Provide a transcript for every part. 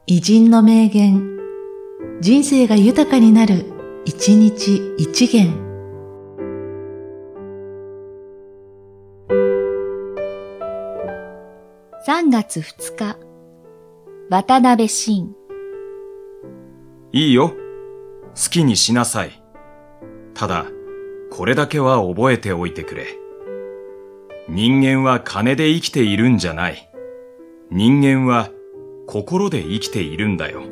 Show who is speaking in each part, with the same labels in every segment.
Speaker 1: 偉人の名言、人生が豊かになる、一日一元。
Speaker 2: 3月2日、渡辺晋。
Speaker 3: いいよ。好きにしなさい。ただ、これだけは覚えておいてくれ。人間は金で生きているんじゃない。人間は心で生きているんだよ。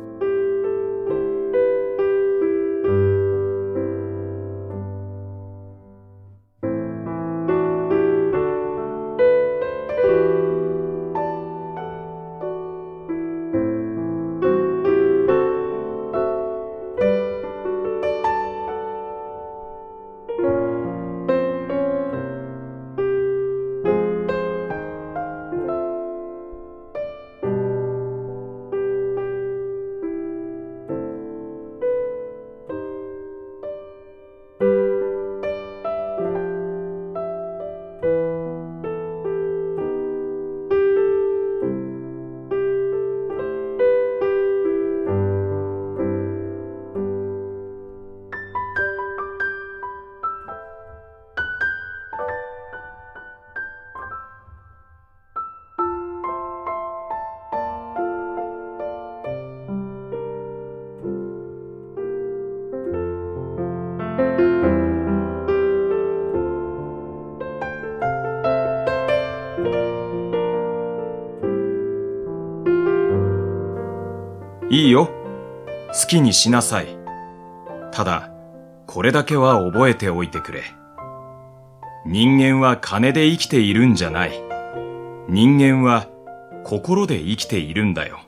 Speaker 3: いいよ。好きにしなさい。ただ、これだけは覚えておいてくれ。人間は金で生きているんじゃない。人間は心で生きているんだよ。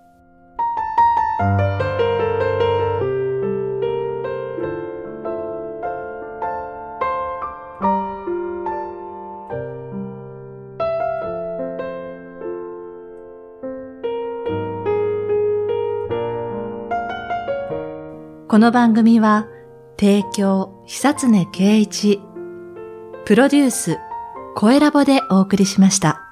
Speaker 1: この番組は、提供、久常圭一、プロデュース、声ラボでお送りしました。